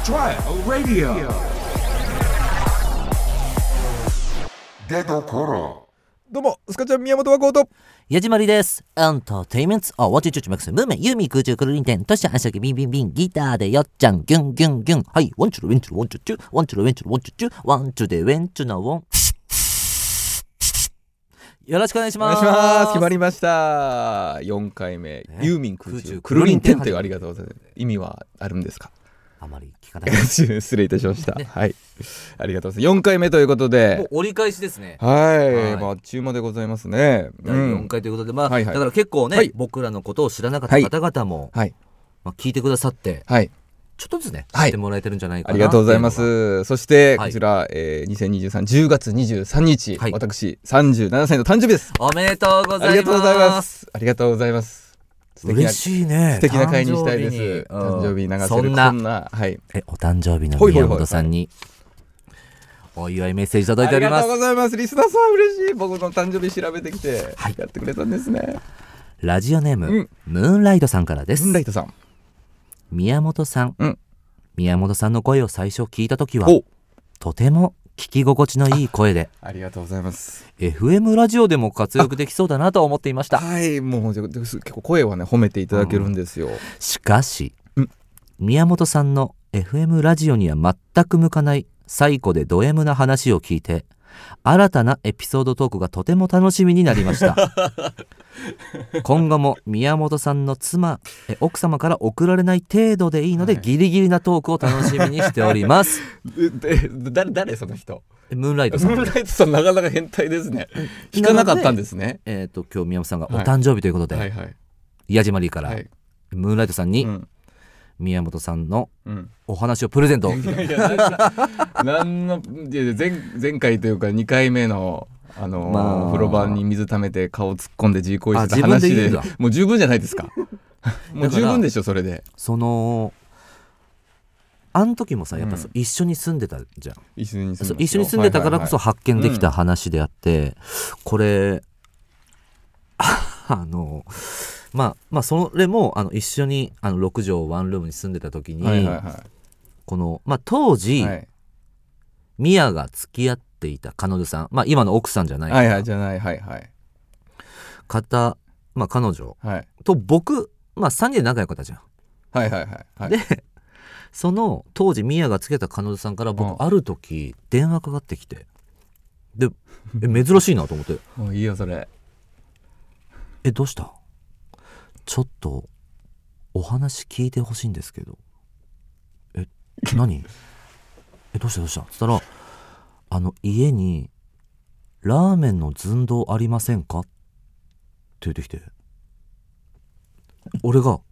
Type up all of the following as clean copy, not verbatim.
Trial Radio 出どころ。 どうもスカちゃん宮本和光と矢島りです。エンターテイメントワッチチュチュマックスムーメンユーミー空中クルリンテンとして足先ビンビンビンギターでよっちゃんギュンギュンギュン。はい、ワンチュルウェンチュルワンチュチュワンチュルウェンチュルワンチュチュワンチュでウェンチュなウォン。よろしくお願いします。 お願いします。決まりました4回目、ユーミン空中クルリンテンという。ありがとうございます。意味はあるんですか？ あまり聞かないです失礼いたしました、ね、はい、ありがとうございます。4回目ということでもう折り返しですね。 はい、あっちゅう間でございますね。 第4回ということで、はいはい、だから結構ね、僕らのことを知らなかった方々も、聞いてくださって、ちょっとずつね、知ってもらえてるんじゃないかな、 ありがとうございます。そしてこちら、2023 10月23日、私37歳の誕生日です。 おめでとうございます。 ありがとうございます。ありがとうございます。 嬉しいね。 素敵な会にしたいです。誕生日に流せるこんな、 お誕生日の宮本さんにお祝いメッセージ届いております。 ありがとうございます。リスナーさん嬉しい。僕の誕生日調べてきてやってくれたんですね。 ラジオネーム、ムーンライトさんからです。 ムーンライトさん、 宮本さん、宮本さんの声を最初聞いたときはとても聞き心地のいい声で、 ありがとうございます。 FM ラジオでも活躍できそうだなと思っていました。 はい、もう結構声はね褒めていただけるんですよ。 しかし、宮本さんの FM ラジオには全く向かない最古でド M な話を聞いて、新たなエピソードトークがとても楽しみになりました。今後も宮本さんの奥様から送られない程度でいいので、ギリギリなトークを楽しみにしております。 誰その人？ ムーンライトさん。 ムーンライトさんなかなか変態ですね。聞かなかったんですね。 今日宮本さんがお誕生日ということで、矢島リーから、ムーンライトさんに、宮本さんのお話をプレゼント。 何の前回というか2回目の風呂場に水溜めて顔突っ込んで自行為してた話でもう十分じゃないですか。もう十分でしょ。それであの時もさ、やっぱ一緒に住んでたじゃん。 一緒に住んでたからこそ発見できた話であって、これそれも一緒に6畳ワンルームに住んでた時に、この当時、ミヤが付き合っていた彼女さん、今の奥さんじゃない方、彼女、と僕、3人で仲良かったじゃん。でその当時ミヤがつけた彼女さんから僕、ある時電話かかってきて、で珍しいなと思ってもういいよそれ。 どうした？ちょっとお話聞いてほしいんですけど。何？どうしたつったら、家にラーメンの寸胴ありませんかって言ってきて、俺が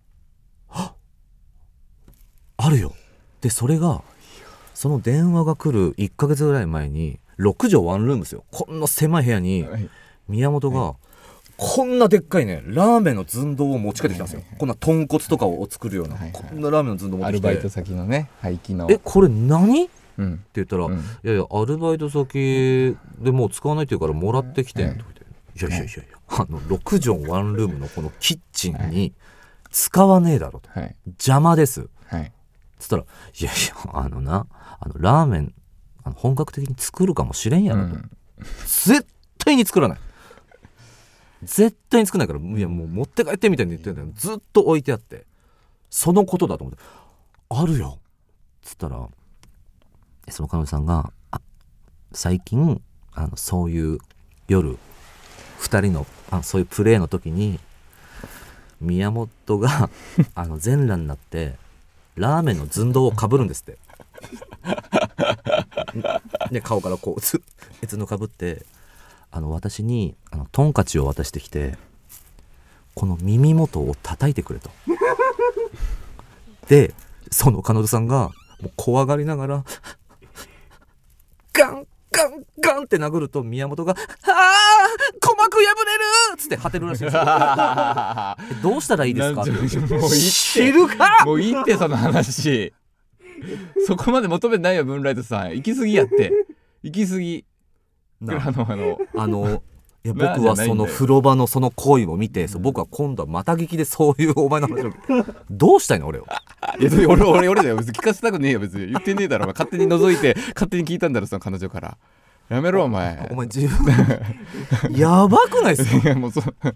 あるよ。でそれがその電話が来る1ヶ月ぐらい前に、6畳ワンルームですよ。こんな狭い部屋に宮本がこんなでっかいねラーメンの寸胴を持ち帰ってきたんですよ。こんな豚骨とかを作るような、こんなラーメンの寸胴持ってきて、 アルバイト先のね廃棄のこれ何？って言ったら、いやアルバイト先でもう使わないって言うからもらってきてとか言って、いや6畳ワンルームのこのキッチンに使わねえだろと、邪魔ですつったら、いやラーメン本格的に作るかもしれんやろと、絶対に作らない、絶対に作らないから、いやもう持って帰ってみたいに言ってるんだよ。ずっと置いてあって、そのことだと思って、あるよっつったら、その彼女さんが最近そういう夜2人のそういうプレーの時に宮本が全裸になってラーメンの寸胴をかぶるんですって。で顔からこうのかぶって私にトンカチを渡してきて、この耳元を叩いてくれと。でその彼女さんがもう怖がりながらガンガンガンって殴ると、宮本が鼓膜破れるっつって果てるらしいですよ。どうしたらいいですかって。 もう知るか。 もういいってその話。そこまで求めてないよムーンライトさん。行き過ぎやって。行き過ぎ。 いや僕はその風呂場のその行為を見て、僕は今度はまた聞きでそういうお前の話をどうしたいの俺を。 いや俺だよ、別に聞かせたくねえよ、別に言ってねえだろ、勝手に覗いて勝手に聞いたんだろ、その彼女から。やめろお前。 お前自分やばくないっすか。 いやもう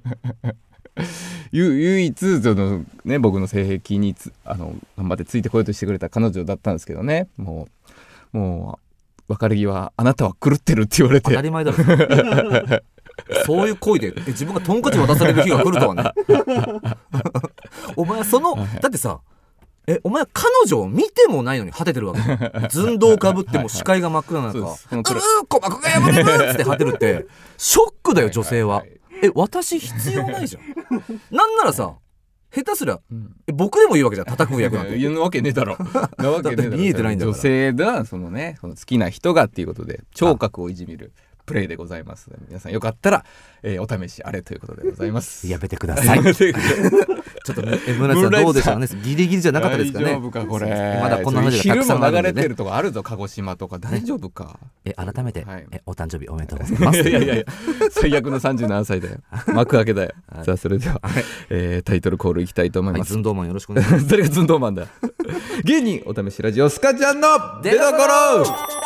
唯一その、ね、僕の性癖に頑張ってついてこようとしてくれた彼女だったんですけどね、もう別れ際あなたは狂ってるって言われて。 当たり前だろそういう行為で自分がトンカチ渡される日が来るとはねお前だってさ、お前彼女を見てもないのに果ててるわけ寸胴かぶっても視界が真っ暗な中鼓膜が破れるって果てるってショックだよ女性は。私必要ないじゃんなんならさ下手すら、僕でもいいわけじゃん、叩く役なんて。 言うわけねえだろなわけねえだろ。 見えてないんだから。 女性がその好きな人がっていうことで聴覚をいじめるプレイでございます。皆さんよかったら、お試しあれということでございます。 やめてくださいちょっとね、村井さんどうでしたかね。ギリギリじゃなかったですかね。 大丈夫かこれ。 まだこんな話がたくさんあるんで、ね、 昼も流れてるとこあるぞ、鹿児島とか。大丈夫か。 改めて、お誕生日おめでとうございます。 いや最悪の37歳だよ幕開けだよさあそれでは、タイトルコールいきたいと思います。 ズンドーマンよろしくお願いします誰がズンドーマンだ芸人お試しラジオスカちゃんの出どころ。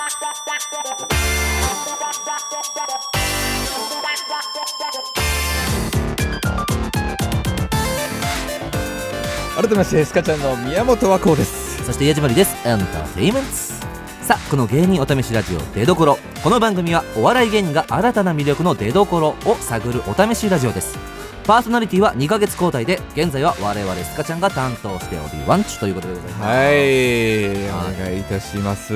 改めましてスカちゃんの宮本和光です。 そして矢島りです。エンターテインメント。さあこの芸人お試しラジオ出どころ、この番組はお笑い芸人が新たな魅力の出どころを探るお試しラジオです。パーソナリティは2ヶ月交代で、現在は我々スカちゃんが担当しておりワンチュということでございます。 はい、お願いいたします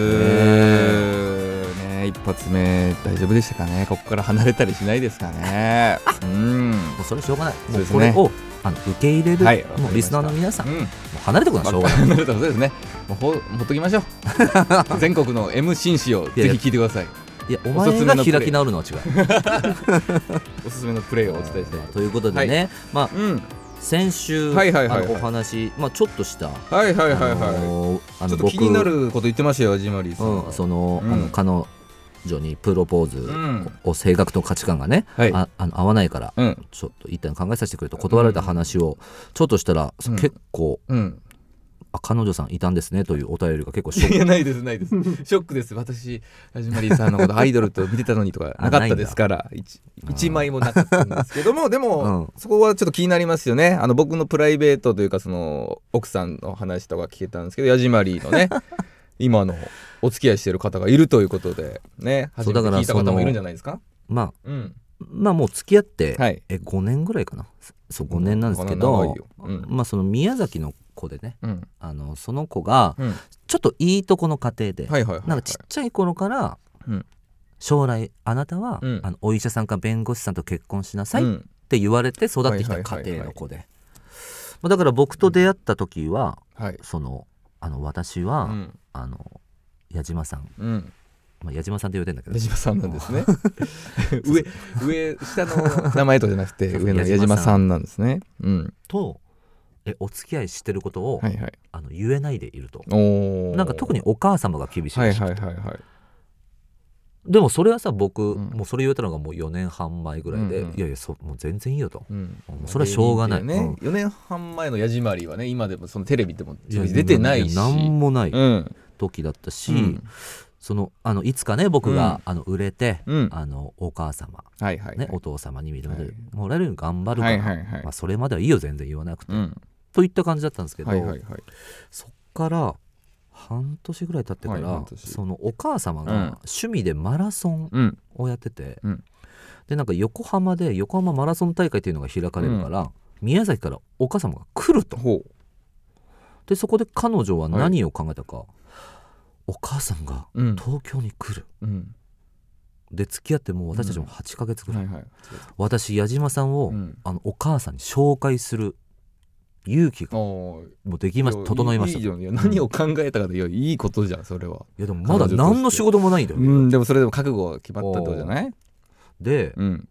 ね。一発目大丈夫でしたかね。ここから離れたりしないですかねもうそれしょうがない。もうこれを受け入れる、もうリスナーの皆さん、もう離れてこないしょうがない。 離れたことですね。もうほっときましょう全国の M 紳士をぜひ聞いてください。 いやお前が開き直るのは違うおすすめのプレーをお伝えしたいということでね、先週お話、ちょっとしたちょっと気になること言ってましたよ、アジマリーさん。 その彼女にプロポーズを性格と価値観がね合わないからちょっと一旦考えさせてくれと断られた話をちょっとしたら、結構彼女さんいたんですねというお便りが結構ショック。 いやないですショックです。私アジマリーさんのことアイドルと見てたのにとかなかったですから、1枚もなかったんですけどもでも、そこはちょっと気になりますよね。僕のプライベートというか、その奥さんの話とか聞けたんですけど、アジマリーのね今のお付き合いしてる方がいるということでね、初めて聞いた方もいるんじゃないですか。 まあもう付き合って5年ぐらいかな。そう5年なんですけど、その宮崎の子でね、その子がちょっといいとこの家庭で、なんかちっちゃい頃から将来あなたはお医者さんか弁護士さんと結婚しなさいって言われて育ってきた家庭の子で、だから僕と出会った時はその私は矢島さん、矢島さんって言われてんだけど、 矢島さんなんですね上下の名前とじゃなくて上の矢島さんなんですね。 とお付き合いしてることを言えないでいると。なんか特にお母様が厳しいらしくて、でもそれはさ僕、もうそれ言われたのがもう4年半前ぐらいで、いやいやもう全然いいよと、もうそれはしょうがない、 4年半前の矢島りはね、今でもそのテレビでも出てないし何もない時だったし、そのいつかね僕が売れて、お母様、お父様に認めてもらえるように頑張るから、それまではいいよ全然言わなくて、といった感じだったんですけど、そっから半年ぐらい経ってから、そのお母様が趣味でマラソンをやってて、でなんか横浜マラソン大会っていうのが開かれるから、宮崎からお母様が来ると。でそこで彼女は何を考えたか、お母さんが東京に来る、で付き合ってもう私たちも8ヶ月ぐらい、私矢島さんを、お母さんに紹介する勇気がもうできました。整いました。 いい何を考えたかで、いいことじゃんそれは。 いやでもまだ何の仕事もないんだよ、 でもそれでも覚悟が決まったってことじゃない。で、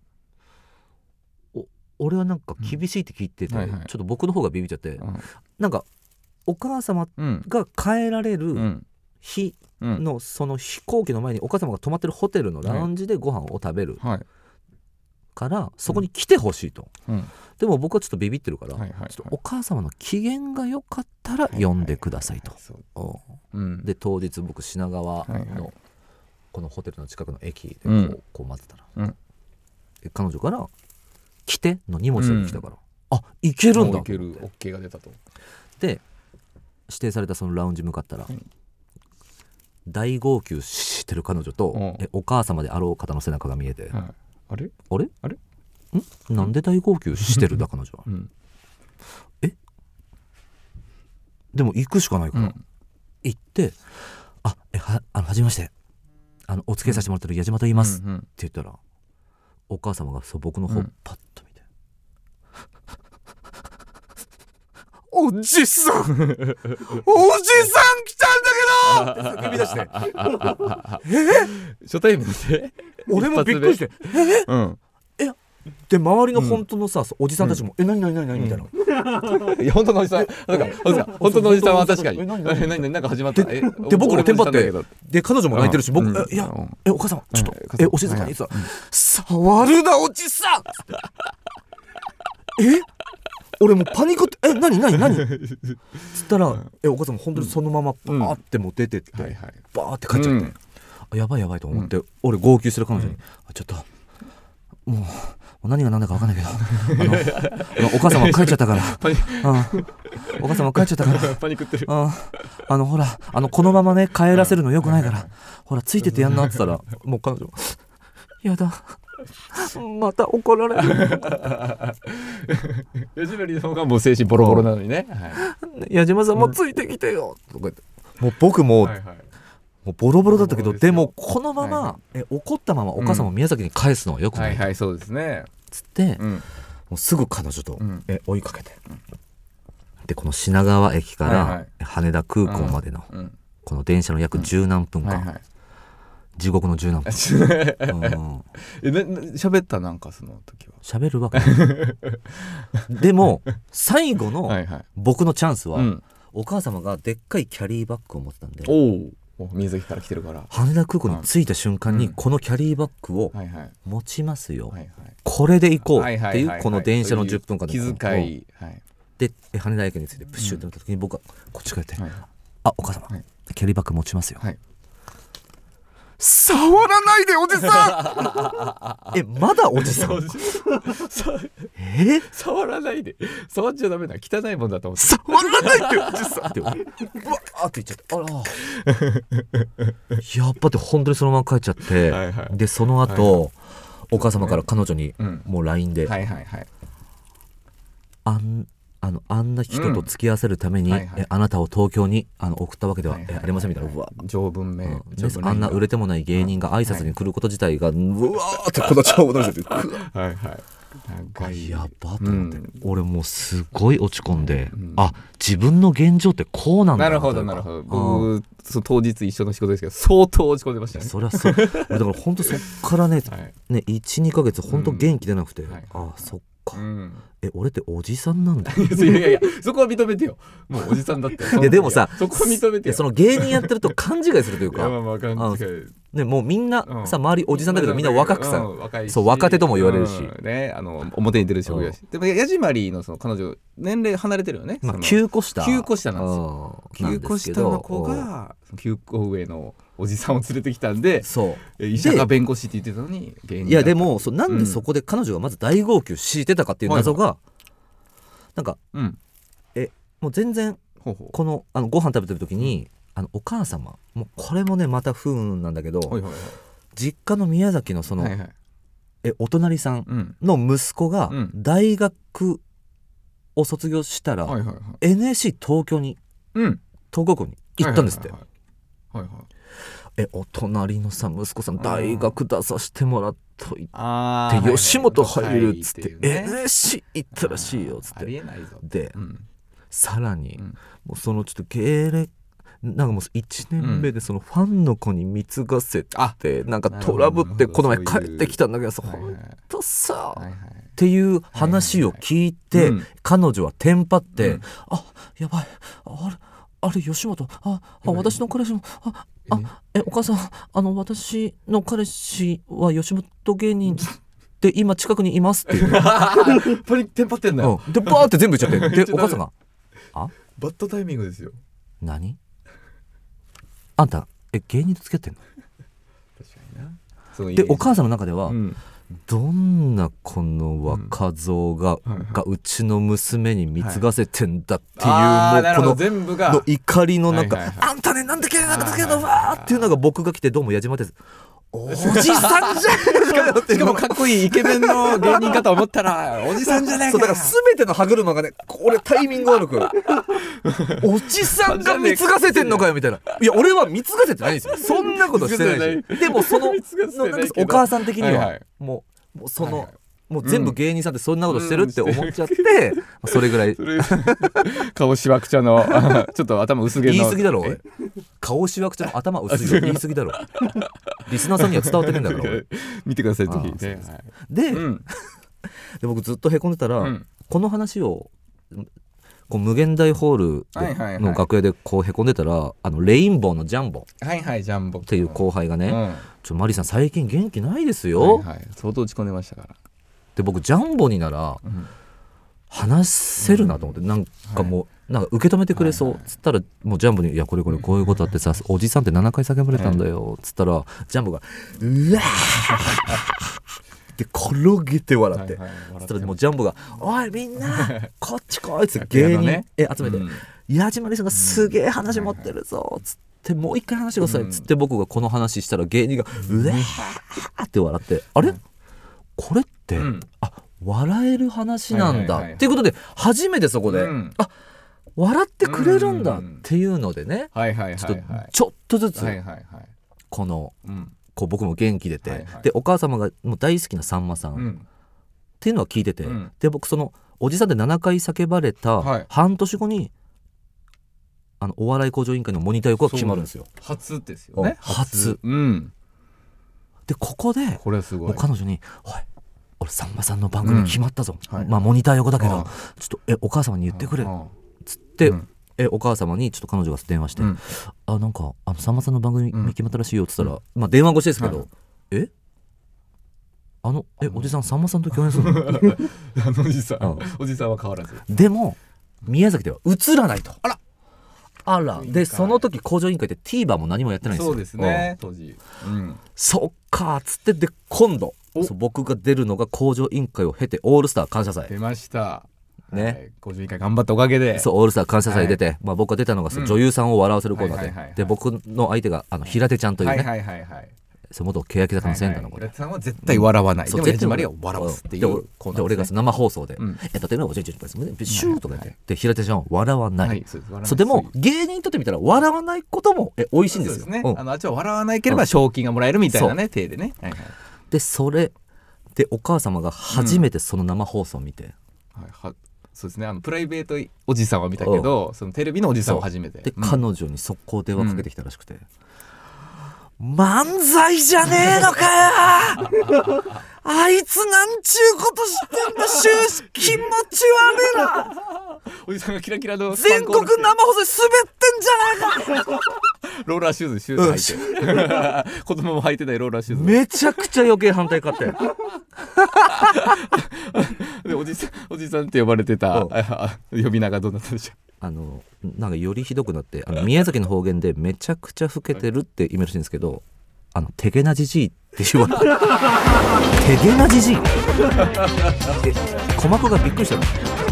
俺はなんか厳しいって聞いてて、ちょっと僕の方がビビっちゃって、なんかお母様が帰られる日のその飛行機の前にお母様が泊まってるホテルのラウンジでご飯を食べるからそこに来てほしいと、 うんでも僕はちょっとビビってるから、 はいはいはいちょっとお母様の機嫌が良かったら呼んでくださいと、 うんで当日僕品川はいはいのこのホテルの近くの駅でうんこう待ってたら、 うんで彼女から「来て」の荷物が来たから、あ行けるんだいける OK が出たと。 で指定されたそのラウンジ向かったら、 うん大号泣してる彼女と、 うんお母様であろう方の背中が見えて、 はい、あれあれあれなんで大号泣してるんだ彼女はうんでも行くしかないから、 うん行って「はじめましてお付き合いさせてもらってる矢島と言います」ってうんうん言ったらお母様が僕の方うんパッと見て「おじさんおじさん来たんだけど!」って叫び出して初対面で俺もびっくりしてうんで周りの本当のさ、おじさんたちも「何みたいな、 いや本当のおじさん本当のおじさんは確かに何なんか始まったで僕もテンパってで彼女も泣いてるし僕うんいやお母様ちょっうんとお静かにさ触るなおじさん俺もうパニックって何つったらお母さんも本当にそのままバーってもう出てってはいはいバーって帰っちゃってやばいと思って俺号泣してる彼女にちょっともう何が何だか分かんないけどお母様帰っちゃったからお母様帰っちゃったからパニックってるほらこのままね帰らせるのよくないからほらついてってやんなって言ったらもう彼女やだまた怒られる吉野里さんがもう精神ボロボロなのにね矢島さんもついてきてよとか言ってもう僕ももうボロボロだったけどでもこのまま怒ったままお母さんも宮崎に返すのはよくないはいそうですねつってうんもうすぐ彼女とうん追いかけてでこの品川駅かはいはらい羽田空港までのうんこの電車の約十何分間はいはい地獄の十何分喋ったなんかその時は喋るわけないでも最後のはいはい僕のチャンスはうんお母様がでっかいキャリーバッグを持ってたんでおお宮崎から来てるから羽田空港に着いた瞬間にうんこのキャリーバッグをはいはい持ちますよはいはいこれで行こうはいっていうこの電車の10分間気遣いはいで羽田駅に着いてプッシュってなった時に僕はこっち帰ってはいお母様はいキャリーバッグ持ちますよはい触らないでおじさんまだおじさん触らないで触っちゃダメだ汚いもんだと思って触らないでおじさんってうわーって言っちゃってやっぱって本当にそのまま帰っちゃってはいはいでその後お母様から彼女にうんもう LINE ではいはいはいあんな人と付き合わせるために、 はいはいあなたを東京に送ったわけでははいはいありませんみたいなうわ条文名あんな売れてもない芸人が挨拶に来ること自体がうわーってこの長文の人ではいはい長いやばと思って、 うん俺もうすごい落ち込んで、 うん自分の現状ってこうなんだなるほどなるほど僕当日一緒の仕事ですけど相当落ち込んでましたねそりゃそう俺だから本当そっからねはい 12ヶ月本当元気出なくて、 はいそっか、 うん俺っておじさんなんだいやいやそこは認めてよもうおじさんだっていやでもさそこは認めてよその芸人やってると勘違いするというかいやまあまあ勘違いね、もうみんなうんさ周りおじさんだけどみんな若くさ、 若いしそう若手とも言われるしね表に出る職業だしでもヤジマリーのその彼女年齢離れてるよねまあ、 その 9個下 9個下なんですよ9個下の子うんが9個上のおじさんを連れてきたんでそう医者が弁護士って言ってたのに芸人いやでもなんでそこで彼女がまず大号泣してたかっていう謎が、なんかうんもう全然ほうほうこのご飯食べてる時にお母様もうこれもねまた不運なんだけど、 はいはい実家の宮崎のその、 はいはいお隣さんうんの息子がうん大学を卒業したら、 はいはいはい NSC 東京にうん東京校に行ったんですって、 はいはいお隣のさ息子さん大学出させてもらっといあて吉本入るっつって NSC NSC 行ったらしいよっつっありてえないぞでうんさらにうんもうそのちょっと芸歴なんかもう1年目でそのファンの子に貢がせあてなんかトラブってこの前そういう帰ってきたんだけどさはいはいほんとさはいはいっていう話を聞いて、 うん彼女はテンパって、 うんやばいあれ吉本私の彼氏もお母さん私の彼氏は吉本芸人っで今近くにいますって言うのパニテンパってんだよ、 でバーって全部言っちゃってでお母さんがあバッドタイミングですよ。 何あんた芸人と付き合ってんの確かにな。そうでお母さんの中では、 うんどんなこの若造がうちの娘に貢がせてんだっていう、 あーなるほどもうこ全部がの怒りの中、 はいはいはいあんたねなんで嫌いなんだけどわーっていうのが僕が来てどうも矢島ですおじさんじゃねえかよってしかもかっこいいイケメンの芸人かと思ったらおじさんじゃねえか。 そうだから全ての歯車がねこれタイミング悪くおじさんが貢がせてんのかよみたいな。いや俺は貢がせてないんですよそんなことしてないしでもその貢がせてないけどお母さん的には、 はいはいもうその、 はいはいもう全部芸人さんってそんなことしてるって思っちゃって、それぐらいそれ顔しわくちゃのちょっと頭薄毛の言い過ぎだろおい顔しわくちゃの頭薄いよ言い過ぎだろリスナーさんには伝わってねえんだから俺見てくださいぜひあーね。 で、 うんで僕ずっとへこんでたら、 うんこの話をこう無限大ホールはいはいはいの楽屋でこうへこんでたらレインボーのジャンボはいはいジャンボっっていう後輩がね、 うんマリさん最近元気ないですよ、 はいはい相当落ち込んでましたから。 で僕ジャンボにならうん話せるなと思って、なんかもう、なんか受け止めてくれそうつったらもうジャンボに「いやこれこういうことあってさおじさんって7回叫ばれたんだよ」つったらジャンボが「うわー!」って転げて笑って、 はいはいつったらもうジャンボが「おいみんなこっち来い」っつって芸人、 ね集めてうん 「矢島りさんがすげえ話持ってるぞ」つってもう一回話してくださいっつって僕がこの話したら芸人が「うわー!」って笑って「あれこれって、 うんあ笑える話なんだ」 はいはいはいっていうことで初めてそこで、 うんあ笑ってくれるんだっていうのでね、 はいはいはいちょっとはいちょっとずつはいはいはいこのうんこう僕も元気出て、 はいはいでお母様がもう大好きなさんまさん、っうんていうのは聞いてて、 うんで僕そのおじさんで7回叫ばれはいた半年後にお笑い向上委員会のモニター役が決まるんですよ。 初ですよね。 初うんでここでこれはすごい。 もう彼女に「おい俺さんまさんの番組決まったぞ、 はいまあモニター横だけど、 うんちょっとお母様に言ってくれ」 うんつって、 うんお母様にちょっと彼女が電話して「 うんあなんかさんまさんの番組うん決まったらしいよ」っつったら、まあ電話越しですけどはい 「えおじさんさんまさんと共演するの?」 あのおじさんうんおじさんは変わらず。 でも宮崎では映らないと。あら委員会でその時向上委員会って TVer も何もやってないんですよ。 そうですね当時。うんそっかーっつってで今度おそう僕が出るのが向上委員会を経てオールスター感謝祭出ました。 ねはい向上委員会頑張ったおかげで。 そうオールスター感謝祭出て、まあ、僕が出たのがそう女優さんを笑わせるコーナーで、 はいはいはいはいで僕の相手が平手ちゃんというね、 はいはいはいはい。 そう元欅坂のセンターの子で、 平手さんは絶対笑わない。 そうでも矢島りは笑わすっていうコーナーで俺が生放送で、 うん例えばおじいちゃんシューとか言って、で平手ちゃんは笑わない、 はいそうです笑わないそうでも芸人にとってみたら笑わないことも美味しいんですよ。 そうですね。 うんあっちは笑わなければ賞金がもらえるみたいなね体でね。はいはいでそれでお母様が初めてその生放送を見て、 はいそうですねプライベートおじさんは見たけどそのテレビのおじさんは初めて。 で、 うん彼女に速攻電話かけてきたらしくて、漫才じゃねえのかよあいつなんちゅうことしてんだ気持ち悪いなおじさんがキラキラの全国生放送で滑ってんじゃないかローラーシューズ履いて子供も履いてないローラーシューズめちゃくちゃ余計反対買ってでおじさんって呼ばれてたうん呼び名がどうなったんでしょなんかよりひどくなって宮崎の方言でめちゃくちゃ老けてるって意味らしいんですけどテゲナジジイって言われてテゲナジジイ鼓膜がびっくりしたの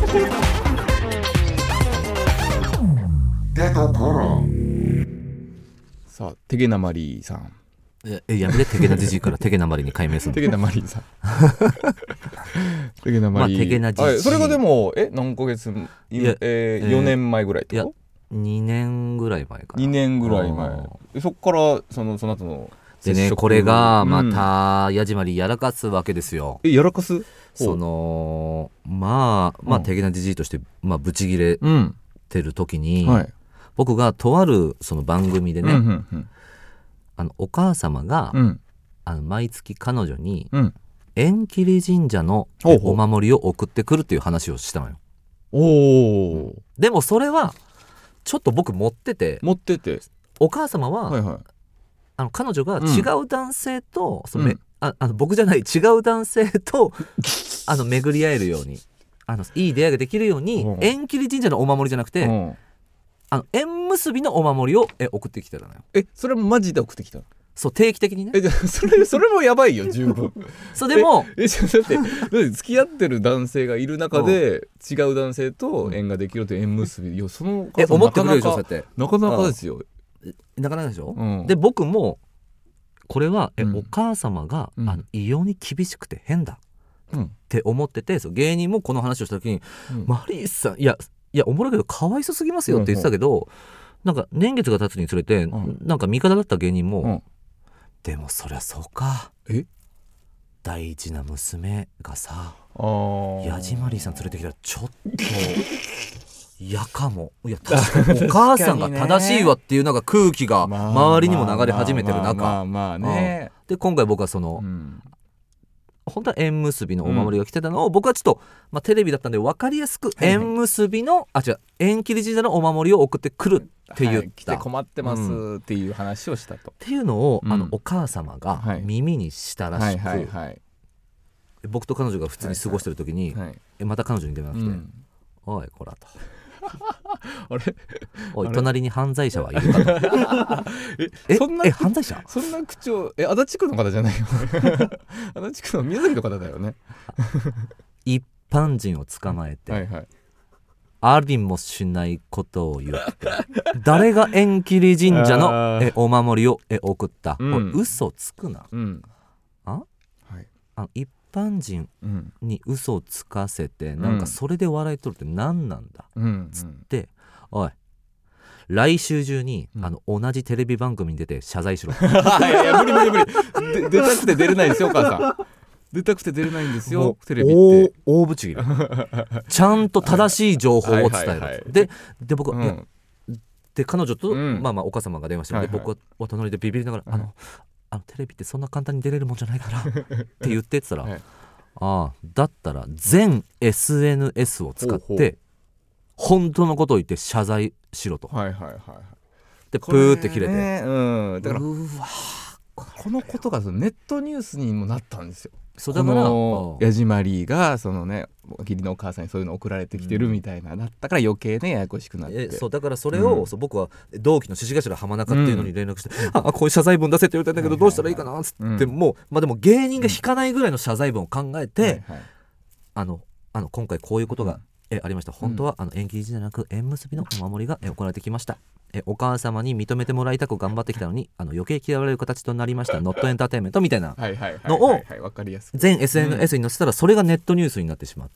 出どころさあテゲナマリーさんやめてテゲナジジイからテゲナマリに改名するのテゲナマリーさんテゲナマリー、 まあテゲナジジイはいそれがでも何ヶ月いや 4年前ぐらいってこ 2年ぐらい前かとな 2年ぐらいあ前ーでそっからその後ので接触ねこれがまうんた矢島りやらかすわけですよ。 やらかすそのまあうんテゲナジジイとしてブチギレうんてる時に、 はい僕がとあるその番組でね、 うんうんお母様が、 うん毎月彼女にうん縁切り神社のほうほうお守りを送ってくるっていう話をしたのよ。 おおでもそれはちょっと僕持ってて持っててお母様は、 はいはい彼女が違う男性と、 僕じゃない違う男性と巡り合えるようにいい出会いができるように、縁切り神社のお守りじゃなくて、縁結びのお守りを送ってきてたのよ。 それもマジで送ってきたの？ そう定期的にね。 それもやばいよ十分。 そうでもだって付き合ってる男性がいる中で、違う男性と縁ができるという縁結び、いやその数思ってくれるでしょ。そうやってなかなかですよ。 なかなかでしょ、で僕もこれはお母様が、異様に厳しくて変だって思ってて、芸人もこの話をした時に、マリーさんいやおもろいけどかわいそすぎますよって言ってたけど、なんか年月が経つにつれて、なんか味方だった芸人も、でもそりゃそうか、大事な娘がさヤジマリーさん連れてきたらちょっと嫌かも。いや確かにお母さんが正しいわっていうなんか空気が周りにも流れ始めてる中で、今回僕はその、本当は縁結びのお守りが来てたのを、僕はちょっと、テレビだったんで分かりやすく縁結びの、縁切り神社のお守りを送ってくるって言った、 来て困ってますっていう話をしたと、 っていうのを、お母様が耳にしたらしく、僕と彼女が普通に過ごしてる時に、また彼女に電話が来て、おいこらとあれおい隣に犯罪者はいるかとそんな犯罪者そんな口調足立区の方じゃないよ足立区の宮崎の方だよね一般人を捕まえて、ありもしないことを言って誰が縁切り神社のお守りを送った、嘘つくな、一般人に嘘をつかせて、なんかそれで笑い取るって何なんだ、つって、おい来週中に、同じテレビ番組に出て謝罪しろいや無理出たくて出れないですよお母さん出たくて出れないんですよテレビって大ぶち切れちゃんと正しい情報を伝える、で僕は、で彼女と、お母様が電話してるので、僕は隣でビビりながら、テレビってそんな簡単に出れるもんじゃないからって言ってたら、だったら全 SNS を使って本当のことを言って謝罪しろと、でプーって切れて、 だからうわこのことがネットニュースにもなったんですよ。 そうだからヤジマリーがそのね義理のお母さんにそういうの送られてきてるみたいな、だったから余計ねややこしくなって、 そうだからそれを、僕は同期の獅子頭浜中っていうのに連絡して、こういう謝罪文出せって言われたんだけどどうしたらいいかなっつっても、でも芸人が引かないぐらいの謝罪文を考えて、今回こういうことがありました。本当は縁切りじゃなく縁結びのお守りが行われてきました。お母様に認めてもらいたく頑張ってきたのに余計嫌われる形となりましたノットエンターテインメントみたいなのを全 SNS に載せたら、それがネットニュースになってしまって、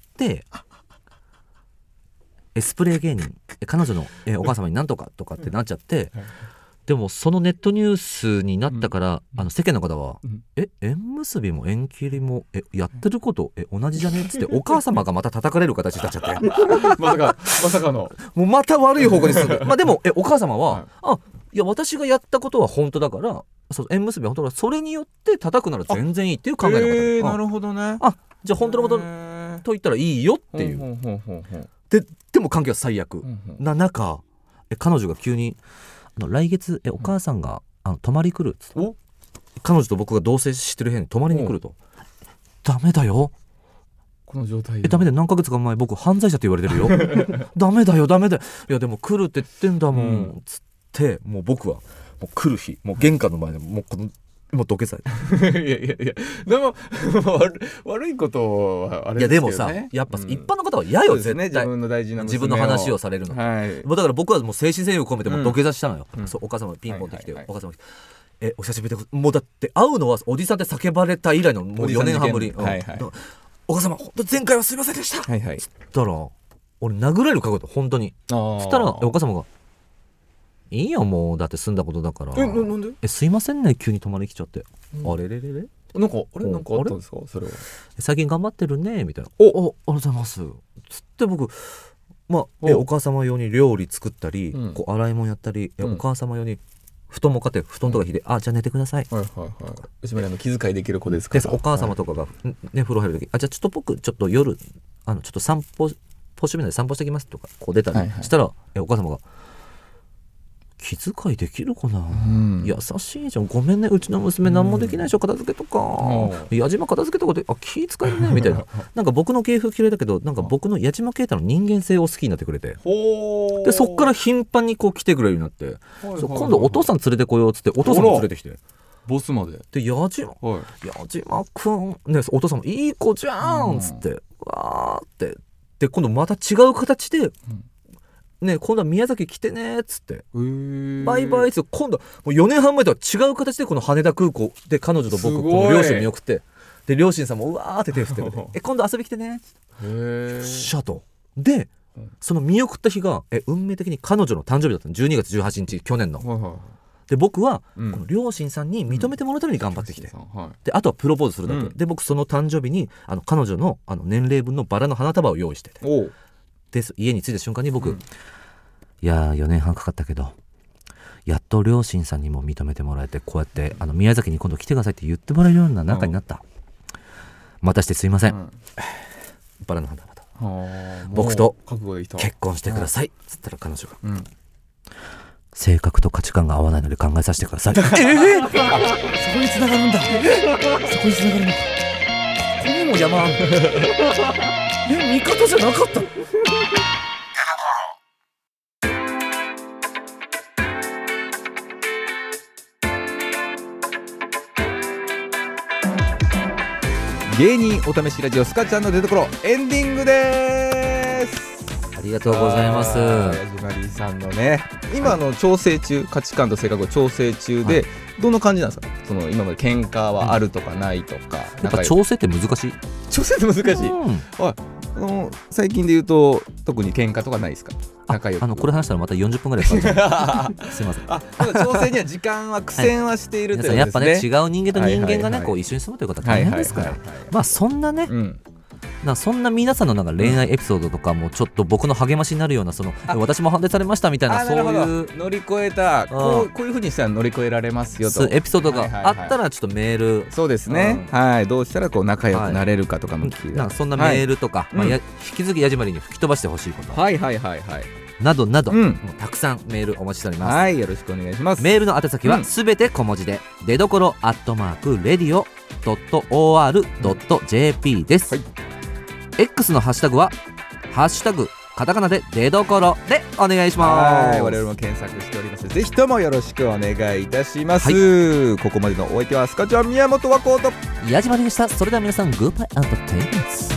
スプレー芸人彼女のお母様になんとかとかってなっちゃって、でもそのネットニュースになったから、世間の方は、縁結びも縁切りもやってること同じじゃねっつってお母様がまた叩かれる形になっちゃってまさかのもうまた悪い方向に進んででもお母様は、いや私がやったことは本当だから、縁結びは本当だからそれによって叩くなら全然いいっていう考えの方、 なるほどね。 じゃあ本当のことと言ったらいいよっていう、でも関係は最悪な中、彼女が急に来月お母さんが泊まり来るっつって、彼女と僕が同棲してる部屋に泊まりに来ると、ダメだよこの状態ダメだよ、何ヶ月か前僕犯罪者って言われてるよダメだよいやでも来るって言ってんだもん、つって、もう僕はもう来る日もう玄関の前でもう土下座いやでも悪いことはあれですけどね。 いやでもさやっぱ一般の方は嫌よ、絶対自分の大事な自分の話をされるの、だから僕はもう精神性を込めてもう土下座したのよ、お母様がピンポンってきて、お母様がお久しぶりでもうだって会うのはおじさんって叫ばれた以来のもう4年半ぶり、お母様本当前回はすいませんでした、つったら俺殴られる覚悟で本当に、つったらお母様がいいよもうだって済んだことだから、 なんですいませんね急に泊まり来ちゃって、あれれなんかあったんですかそれは。 最近頑張ってるねみたいな、ありがとうございますつって僕お母様用に料理作ったり、こう洗い物やったり、お母様用に布団も買って布団とか引いて、じゃあ寝てください、 うちまで気遣いできる子ですから、 お母様とかが、風呂入る時、じゃあちょっと僕ちょっと夜ちょっと散歩趣味なんで散歩してきますとかこう出たりしたら、お母様が気遣いできるかな、 ん優しいじゃん、ごめんねうちの娘何もできないでしょ、片付けとか、矢島片付けとかで気遣いねみたいななんか僕の芸風嫌いだけど、なんか僕の矢島啓太の人間性を好きになってくれて、でそっから頻繁にこう来てくれるようになって、そう今度お父さん連れてこようっつってお父さんも連れてきて、 ボスまでで矢島くん、ね、お父さんもいい子じゃんっつって、わーってで今度また違う形で、ね、今度は宮崎来てねっつってバイバイっつって今度もう4年半前とは違う形でこの羽田空港で彼女と僕この両親見送って、で両親さんもうわーって手振ってくれて今度遊び来てねっつってよっしゃと。でその見送った日が運命的に彼女の誕生日だったの、12月18日去年の、で僕はこの両親さんに認めてもらうために頑張ってきて、であとはプロポーズするだけ、で僕その誕生日に彼女の年齢分のバラの花束を用意してて、で家に着いた瞬間に僕、いや4年半かかったけどやっと両親さんにも認めてもらえて、こうやって宮崎に今度来てくださいって言ってもらえるような仲になった、またしてすいません、バラの花束と僕と結婚してくださいっつったら彼女が、性格と価値観が合わないので考えさせてください。そこに繋がるんだ。そこに繋がるのか。ここにも山あんの。味方じゃなかったの。 芸人お試しラジオスカちゃんの出所エンディングです。 ありがとうございます。 矢島りさんのね、今調整中、価値観と性格を調整中で、どんな感じなんですか？その今まで喧嘩はあるとかないとか、 やっぱ調整って難しい。 調整って難しい。最近で言うと特に喧嘩とかないですか？仲良く。 これ話したらまた40分ぐらいかかる。すいません。 調整には時間は苦戦はしているということですね。 やっぱね、違う人間と人間がねこう一緒に住むということは大変ですから。まあそんなね。そんな皆さんのなんか恋愛エピソードとかもちょっと僕の励ましになるような、その私も反対されましたみたいな、そういう乗り越えたこういう風にしたら乗り越えられますよとエピソードがあったらちょっとメール、 そうですね、どうしたらこう仲良くなれるかとかも聞いて、 そんなメールとか引き続き矢島りに吹き飛ばしてほしいことなどなどたくさんメールお待ちしております。 はい、よろしくお願いします。 メールの宛先はすべて小文字で出どころ@radio.or.jp です。X のハッシュタグはハッシュタグカタカナで出どころでお願いします。 我々も検索しております。ぜひともよろしくお願いいたします。ここまでのお相手はスカちゃん宮本和光と矢島りでした。それでは皆さんグッバイ&テイク